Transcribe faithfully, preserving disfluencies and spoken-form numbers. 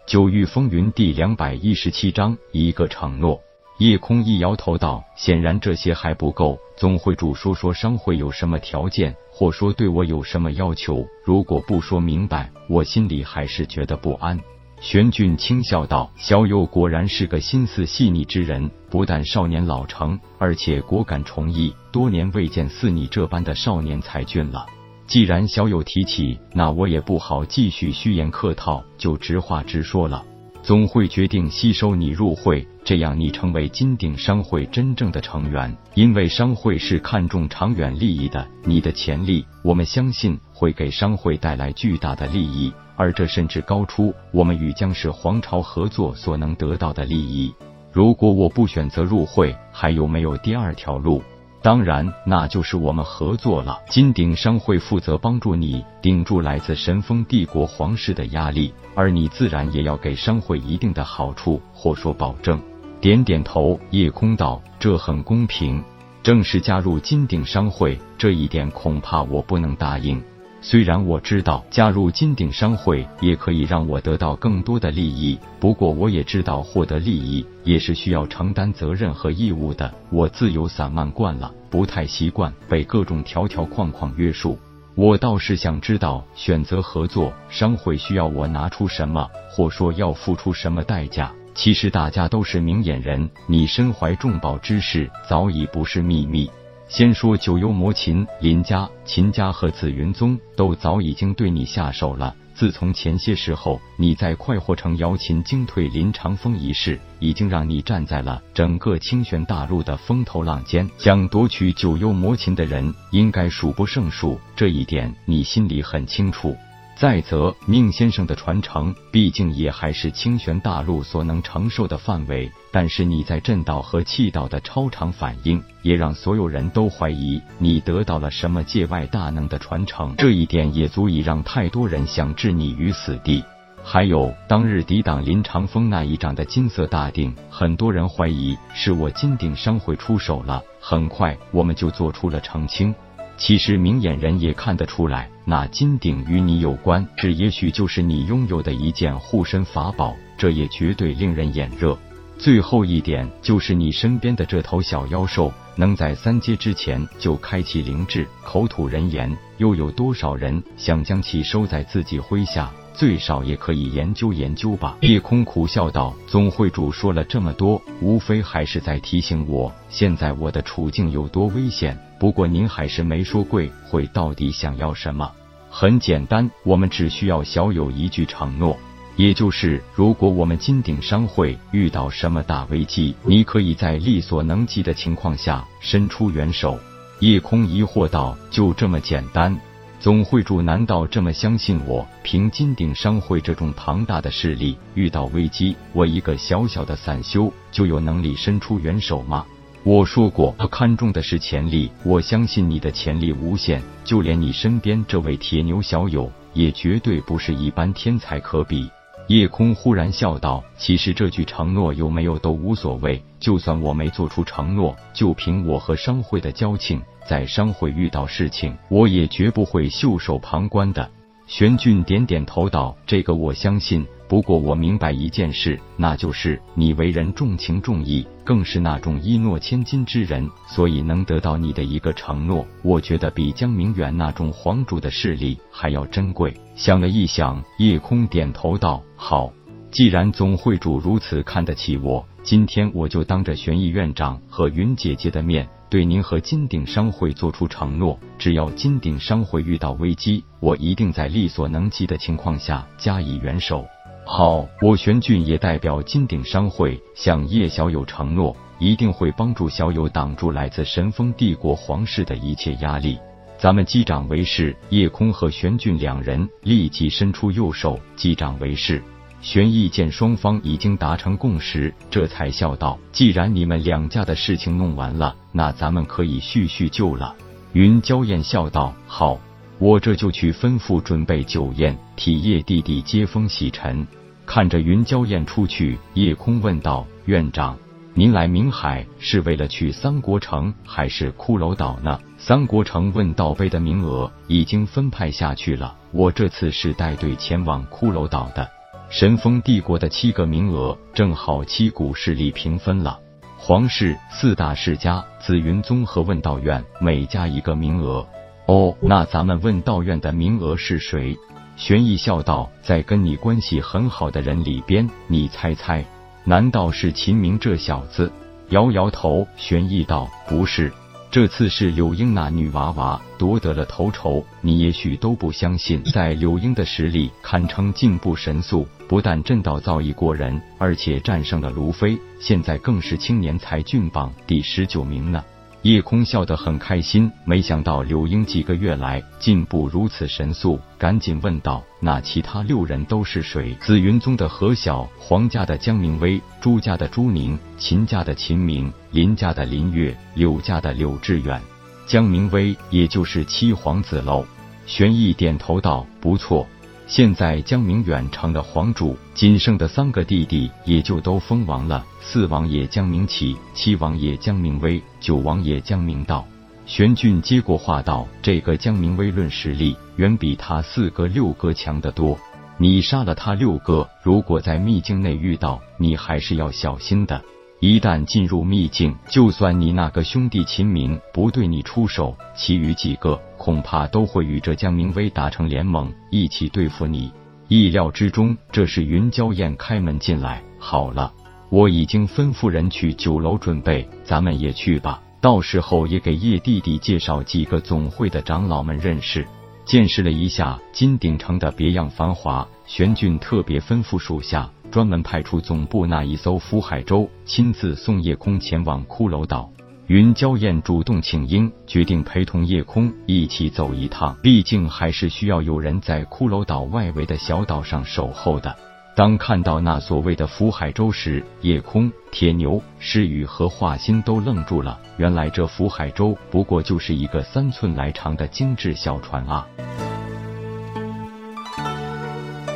九域风云第两百一十七章一个承诺。叶空一摇头道：显然这些还不够，总会主说说商会有什么条件，或说对我有什么要求，如果不说明白，我心里还是觉得不安。玄俊轻笑道：小友果然是个心思细腻之人，不但少年老成，而且果敢崇义，多年未见似你这般的少年才俊了。既然小友提起，那我也不好继续虚言客套，就直话直说了。总会决定吸收你入会，这样你成为金鼎商会真正的成员，因为商会是看重长远利益的，你的潜力我们相信会给商会带来巨大的利益，而这甚至高出我们与江氏皇朝合作所能得到的利益。如果我不选择入会，还有没有第二条路？当然，那就是我们合作了。金鼎商会负责帮助你顶住来自神风帝国皇室的压力，而你自然也要给商会一定的好处，或说保证。点点头，叶空道：这很公平。正式加入金鼎商会，这一点恐怕我不能答应。虽然我知道加入金鼎商会也可以让我得到更多的利益，不过我也知道获得利益也是需要承担责任和义务的。我自由散漫惯了，不太习惯被各种条条框框约束。我倒是想知道，选择合作，商会需要我拿出什么，或说要付出什么代价。其实大家都是明眼人，你身怀重宝之事早已不是秘密。先说九幽魔秦、林家、秦家和紫云宗都早已经对你下手了。自从前些时候你在快活城摇秦惊退林长风一事，已经让你站在了整个清玄大陆的风头浪尖，想夺取九幽魔秦的人应该数不胜数，这一点你心里很清楚。再则，宁先生的传承毕竟也还是清玄大陆所能承受的范围，但是你在震道和气道的超常反应，也让所有人都怀疑你得到了什么界外大能的传承，这一点也足以让太多人想置你于死地。还有当日抵挡林长风那一掌的金色大鼎，很多人怀疑是我金鼎商会出手了，很快我们就做出了澄清。其实明眼人也看得出来，那金鼎与你有关，这也许就是你拥有的一件护身法宝，这也绝对令人眼热。最后一点就是你身边的这头小妖兽，能在三阶之前就开启灵智，口吐人言，又有多少人想将其收在自己麾下？最少也可以研究研究吧。叶空苦笑道：总会主说了这么多，无非还是在提醒我，现在我的处境有多危险。不过您还是没说贵会到底想要什么。很简单，我们只需要小友一句承诺，也就是如果我们金鼎商会遇到什么大危机，你可以在力所能及的情况下伸出援手。叶空疑惑道：就这么简单？总会主难道这么相信我？凭金鼎商会这种庞大的势力，遇到危机，我一个小小的散修就有能力伸出援手吗？我说过，我看重的是潜力，我相信你的潜力无限，就连你身边这位铁牛小友，也绝对不是一般天才可比。叶空忽然笑道：其实这句承诺有没有都无所谓，就算我没做出承诺，就凭我和商会的交情，在商会遇到事情，我也绝不会袖手旁观的。玄俊点点头道：这个我相信，不过我明白一件事，那就是你为人重情重义，更是那种一诺千金之人，所以能得到你的一个承诺，我觉得比江明远那种皇主的势力还要珍贵。想了一想，叶空点头道：好，既然总会主如此看得起我，今天我就当着玄义院长和云姐姐的面，对您和金鼎商会做出承诺，只要金鼎商会遇到危机，我一定在力所能及的情况下加以援手。好，我玄俊也代表金鼎商会向叶小友承诺，一定会帮助小友挡住来自神风帝国皇室的一切压力。咱们击掌为誓。叶空和玄俊两人立即伸出右手击掌为誓。玄义见双方已经达成共识，这才笑道：既然你们两家的事情弄完了，那咱们可以叙叙旧了。云娇艳笑道：好，我这就去吩咐准备酒宴，替叶弟弟接风洗尘。看着云娇艳出去，叶空问道：院长，您来明海是为了去三国城还是骷髅岛呢？三国城问道杯的名额已经分派下去了，我这次是带队前往骷髅岛的。 神风帝国的七个名额正好七股势力平分了，皇室、四大世家、紫云宗和问道院每家一个名额。哦，那咱们问道院的名额是谁？玄毅笑道，在跟你关系很好的人里边，你猜猜，难道是秦明这小子？摇摇头，玄毅道，不是。这次是柳英那女娃娃夺得了头筹，你也许都不相信，在柳英的实力堪称进步神速，不但阵道造诣过人，而且战胜了卢飞，现在更是青年才俊榜第十九名呢。叶空笑得很开心，没想到柳英几个月来进步如此神速，赶紧问道，那其他六人都是谁？紫云宗的何晓，黄家的江明威，朱家的朱宁，秦家的秦明，林家的林月，柳家的柳志远。江明威也就是七皇子喽。玄毅点头道，不错。现在江明远成了皇主，仅剩的三个弟弟也就都封王了，四王爷江明启，七王爷江明威，九王爷江明道。玄俊接过话道，这个江明威论实力远比他四个六哥强得多，你杀了他六哥，如果在秘境内遇到，你还是要小心的。一旦进入秘境，就算你那个兄弟秦明不对你出手，其余几个恐怕都会与这江明威达成联盟，一起对付你。意料之中，这是云娇燕开门进来。好了，我已经吩咐人去酒楼准备，咱们也去吧，到时候也给叶弟弟介绍几个总会的长老们认识。见识了一下金鼎城的别样繁华，玄俊特别吩咐属下专门派出总部那一艘福海舟，亲自送夜空前往骷髅岛。云娇燕主动请缨，决定陪同夜空一起走一趟，毕竟还是需要有人在骷髅岛外围的小岛上守候的。当看到那所谓的福海舟时，夜空、铁牛、诗雨和华心都愣住了，原来这福海舟不过就是一个三寸来长的精致小船啊。